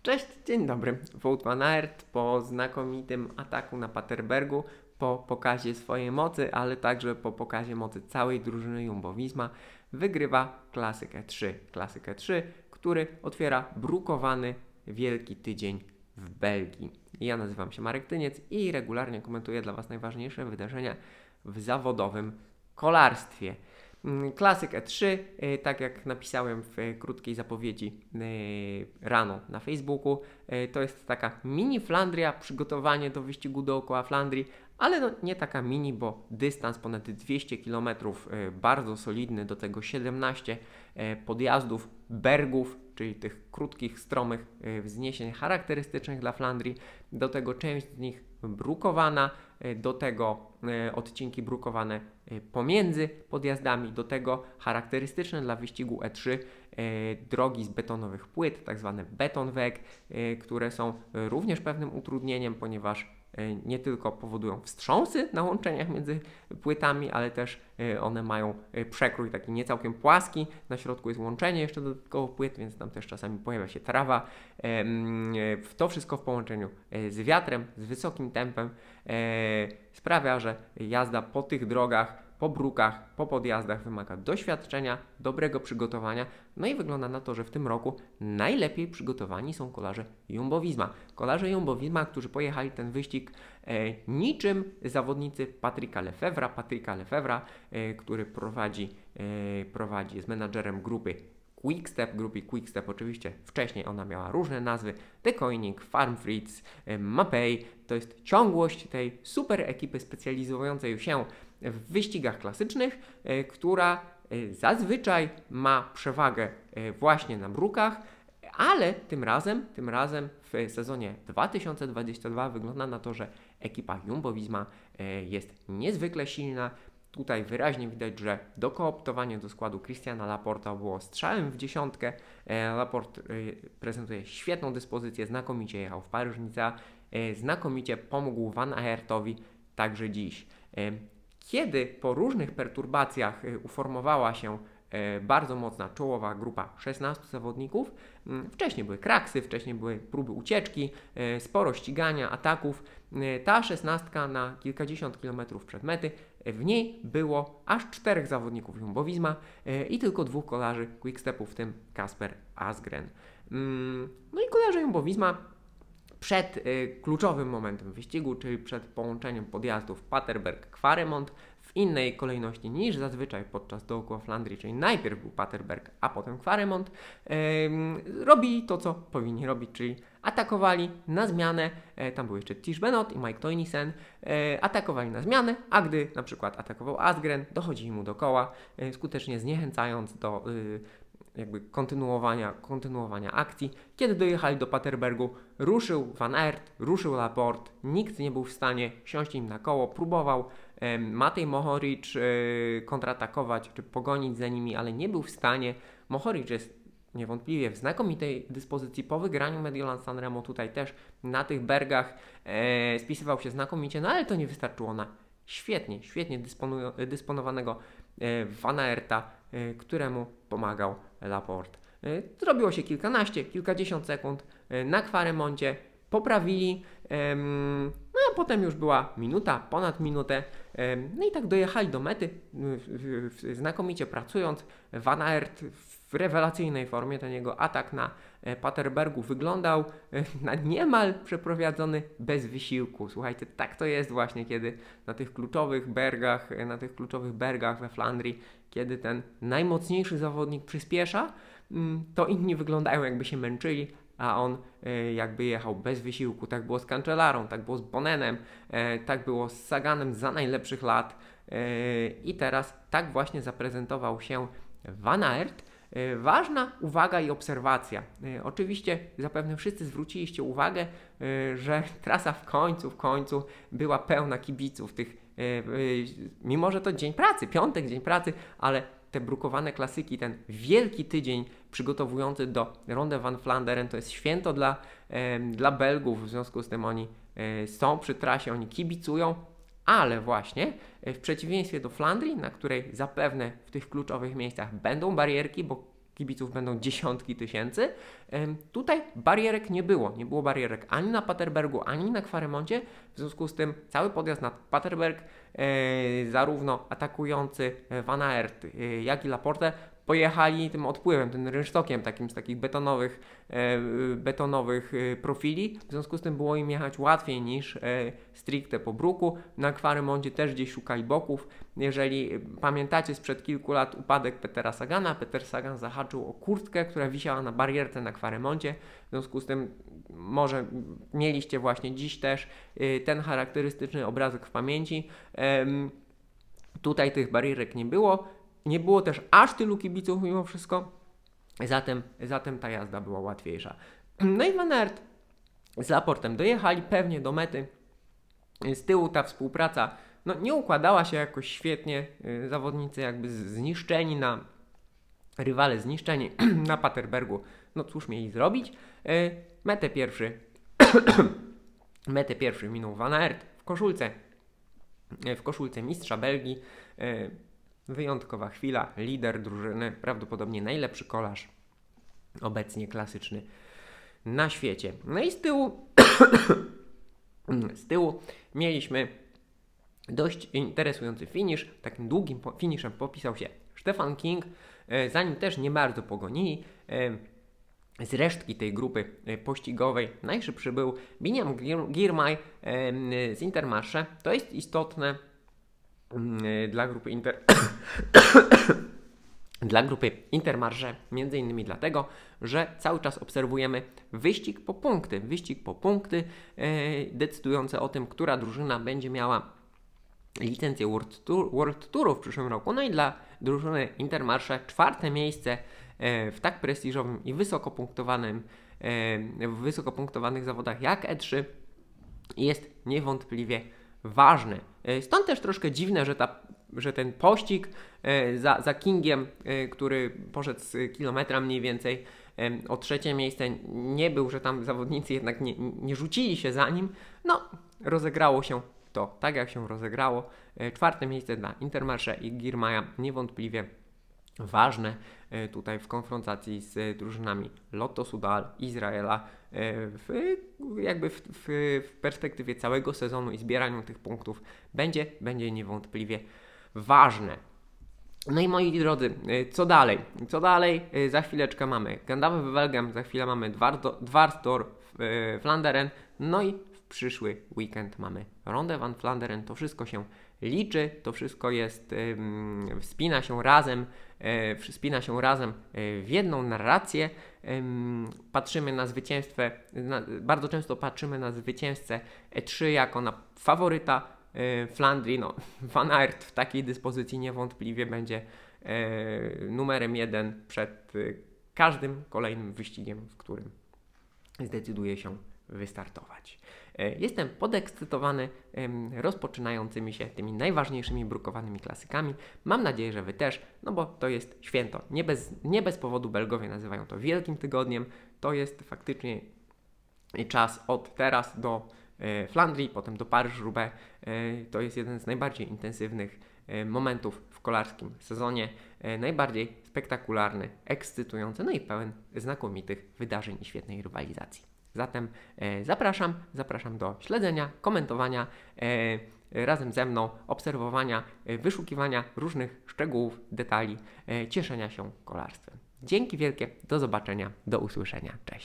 Cześć, dzień dobry. Wout van Aert po znakomitym ataku na Paterbergu, po pokazie swojej mocy, ale także po pokazie mocy całej drużyny Jumbo-Visma wygrywa Klasykę 3, który otwiera brukowany Wielki Tydzień w Belgii. Ja nazywam się Marek Tyniec i regularnie komentuję dla Was najważniejsze wydarzenia w zawodowym kolarstwie. Klasykę 3, tak jak napisałem w krótkiej zapowiedzi rano na Facebooku, to jest taka mini Flandria, przygotowanie do wyścigu dookoła Flandrii, ale no nie taka mini, bo dystans ponad 200 km, bardzo solidny, do tego 17 podjazdów, bergów, czyli tych krótkich, stromych wzniesień charakterystycznych dla Flandrii, do tego część z nich brukowana, do tego odcinki brukowane pomiędzy podjazdami, do tego charakterystyczne dla wyścigu E3 drogi z betonowych płyt, tak zwane betonweg, które są również pewnym utrudnieniem, ponieważ nie tylko powodują wstrząsy na łączeniach między płytami, ale też one mają przekrój taki niecałkiem płaski, na środku jest łączenie jeszcze dodatkowo płyt, więc tam też czasami pojawia się trawa. To wszystko w połączeniu z wiatrem, z wysokim tempem sprawia, że jazda po tych drogach, po brukach, po podjazdach wymaga doświadczenia, dobrego przygotowania, no i wygląda na to, że w tym roku najlepiej przygotowani są kolarze Jumbo-Visma. Kolarze Jumbo-Visma, którzy pojechali ten wyścig niczym zawodnicy Patricka Lefevra, który jest menadżerem grupy Quickstep oczywiście, wcześniej ona miała różne nazwy, The Koenig, Farm Friends, Mapei, to jest ciągłość tej super ekipy specjalizującej się w wyścigach klasycznych, która zazwyczaj ma przewagę właśnie na brukach, ale tym razem w sezonie 2022 wygląda na to, że ekipa Jumbo-Visma jest niezwykle silna. Tutaj wyraźnie widać, że dokooptowanie do składu Christiana Laporta było strzałem w dziesiątkę. Laport prezentuje świetną dyspozycję, znakomicie jechał w Paryż-Nice, znakomicie pomógł Van Aertowi także dziś. Kiedy po różnych perturbacjach uformowała się bardzo mocna czołowa grupa 16 zawodników, wcześniej były kraksy, wcześniej były próby ucieczki, sporo ścigania, ataków. Ta 16 na kilkadziesiąt kilometrów przed mety, w niej było aż 4 zawodników Jumbo-Visma i tylko 2 kolarzy Quickstepu, w tym Kasper Asgreen. No i kolarze Jumbo-Visma przed kluczowym momentem wyścigu, czyli przed połączeniem podjazdów Paterberg-Kwaremont w innej kolejności niż zazwyczaj podczas dookoła Flandrii, czyli najpierw był Paterberg, a potem Kwaremont, robili to, co powinni robić, czyli atakowali na zmianę, tam był jeszcze Tish Benoot i Mike Teunissen, atakowali na zmianę, a gdy na przykład atakował Asgreen, dochodzili mu do koła, skutecznie zniechęcając do jakby kontynuowania akcji. Kiedy dojechali do Paterbergu, ruszył Van Aert, ruszył Laporte, nikt nie był w stanie siąść im na koło, próbował Matej Mohoric kontratakować czy pogonić za nimi, ale nie był w stanie. Mohoric jest niewątpliwie w znakomitej dyspozycji po wygraniu Mediolan Sanremo, tutaj też na tych bergach spisywał się znakomicie, no ale to nie wystarczyło na świetnie dysponowanego Van Aerta, któremu pomagał Laporte. Zrobiło się kilkadziesiąt sekund na Kwaremoncie, poprawili, no a potem już była minuta, ponad minutę, no i tak dojechali do mety, znakomicie pracując. Van Aert w rewelacyjnej formie, ten jego atak na Paterbergu wyglądał na niemal przeprowadzony bez wysiłku. Słuchajcie, tak to jest właśnie, kiedy na tych kluczowych bergach we Flandrii, kiedy ten najmocniejszy zawodnik przyspiesza, to inni wyglądają, jakby się męczyli, a on jakby jechał bez wysiłku. Tak było z Cancellarą, tak było z Bonnenem, tak było z Saganem za najlepszych lat i teraz tak właśnie zaprezentował się Van Aert. Ważna uwaga i obserwacja. Oczywiście zapewne wszyscy zwróciliście uwagę, że trasa w końcu była pełna kibiców. Mimo że to dzień pracy, piątek, dzień pracy, ale te brukowane klasyki, ten wielki tydzień przygotowujący do Ronde van Vlaanderen to jest święto dla Belgów, w związku z tym oni są przy trasie, oni kibicują, ale właśnie w przeciwieństwie do Flandrii, na której zapewne w tych kluczowych miejscach będą barierki, bo kibiców będą dziesiątki tysięcy. Tutaj barierek nie było. Nie było barierek ani na Paterbergu, ani na Kwaremoncie. W związku z tym cały podjazd na Paterberg, zarówno atakujący Van Aert, jak i Laporte pojechali tym odpływem, tym rynsztokiem takim z takich betonowych profili. W związku z tym było im jechać łatwiej niż stricte po bruku. Na Kwaremoncie też gdzieś szukali boków. Jeżeli pamiętacie sprzed kilku lat upadek Petera Sagana, Peter Sagan zahaczył o kurtkę, która wisiała na barierce na Kwaremoncie. W związku z tym może mieliście właśnie dziś też ten charakterystyczny obrazek w pamięci. Tutaj tych barierek nie było. Nie było też aż tylu kibiców mimo wszystko, zatem ta jazda była łatwiejsza. No i Van Aert z Laportem dojechali pewnie do mety. Z tyłu ta współpraca nie układała się jakoś świetnie. Zawodnicy jakby zniszczeni rywale zniszczeni na Paterbergu. No cóż mieli zrobić? Metę pierwszy minął Van Aert w koszulce mistrza Belgii. Wyjątkowa chwila, lider drużyny, prawdopodobnie najlepszy kolarz obecnie klasyczny na świecie. No i z tyłu mieliśmy dość interesujący finisz. Takim długim finiszem popisał się Stefan King, za nim też nie bardzo pogonili. Z resztki tej grupy pościgowej najszybszy był Biniam Girmay z Intermarché. To jest istotne dla grupy Intermarché, między innymi dlatego, że cały czas obserwujemy wyścig po punkty decydujące o tym, która drużyna będzie miała licencję World Touru w przyszłym roku. No i dla drużyny Intermarché 4. miejsce w tak prestiżowym i wysoko punktowanych zawodach jak E3 jest niewątpliwie ważny. Stąd też troszkę dziwne, że ten pościg za Kingiem, który poszedł z kilometra mniej więcej o 3. miejsce, nie był, że tam zawodnicy jednak nie rzucili się za nim. Rozegrało się to tak, jak się rozegrało. 4. miejsce dla Intermarché i Girmaya niewątpliwie ważne tutaj w konfrontacji z drużynami Lotto Soudal, Izraela, w perspektywie całego sezonu i zbieraniu tych punktów będzie niewątpliwie ważne. No i moi drodzy, co dalej? Za chwileczkę mamy Gandave Wevelgem, za chwilę mamy Dwarsdorf Vlaanderen, no i w przyszły weekend mamy Ronde van Vlaanderen. To wszystko się liczy, to wszystko jest, wspina się razem w jedną narrację. Patrzymy na bardzo często patrzymy na zwycięzcę E3 jako na faworyta Flandrii. Van Aert w takiej dyspozycji niewątpliwie będzie numerem 1 przed każdym kolejnym wyścigiem, w którym zdecyduje się wystartować. Jestem podekscytowany rozpoczynającymi się tymi najważniejszymi brukowanymi klasykami. Mam nadzieję, że Wy też, bo to jest święto. Nie bez powodu Belgowie nazywają to Wielkim Tygodniem. To jest faktycznie czas od teraz do Flandrii, potem do Paryż-Roubaix. To jest jeden z najbardziej intensywnych momentów w kolarskim sezonie. Najbardziej spektakularny, ekscytujący, no i pełen znakomitych wydarzeń i świetnej rywalizacji. Zatem zapraszam do śledzenia, komentowania razem ze mną, obserwowania, wyszukiwania różnych szczegółów, detali, cieszenia się kolarstwem. Dzięki wielkie, do zobaczenia, do usłyszenia, cześć.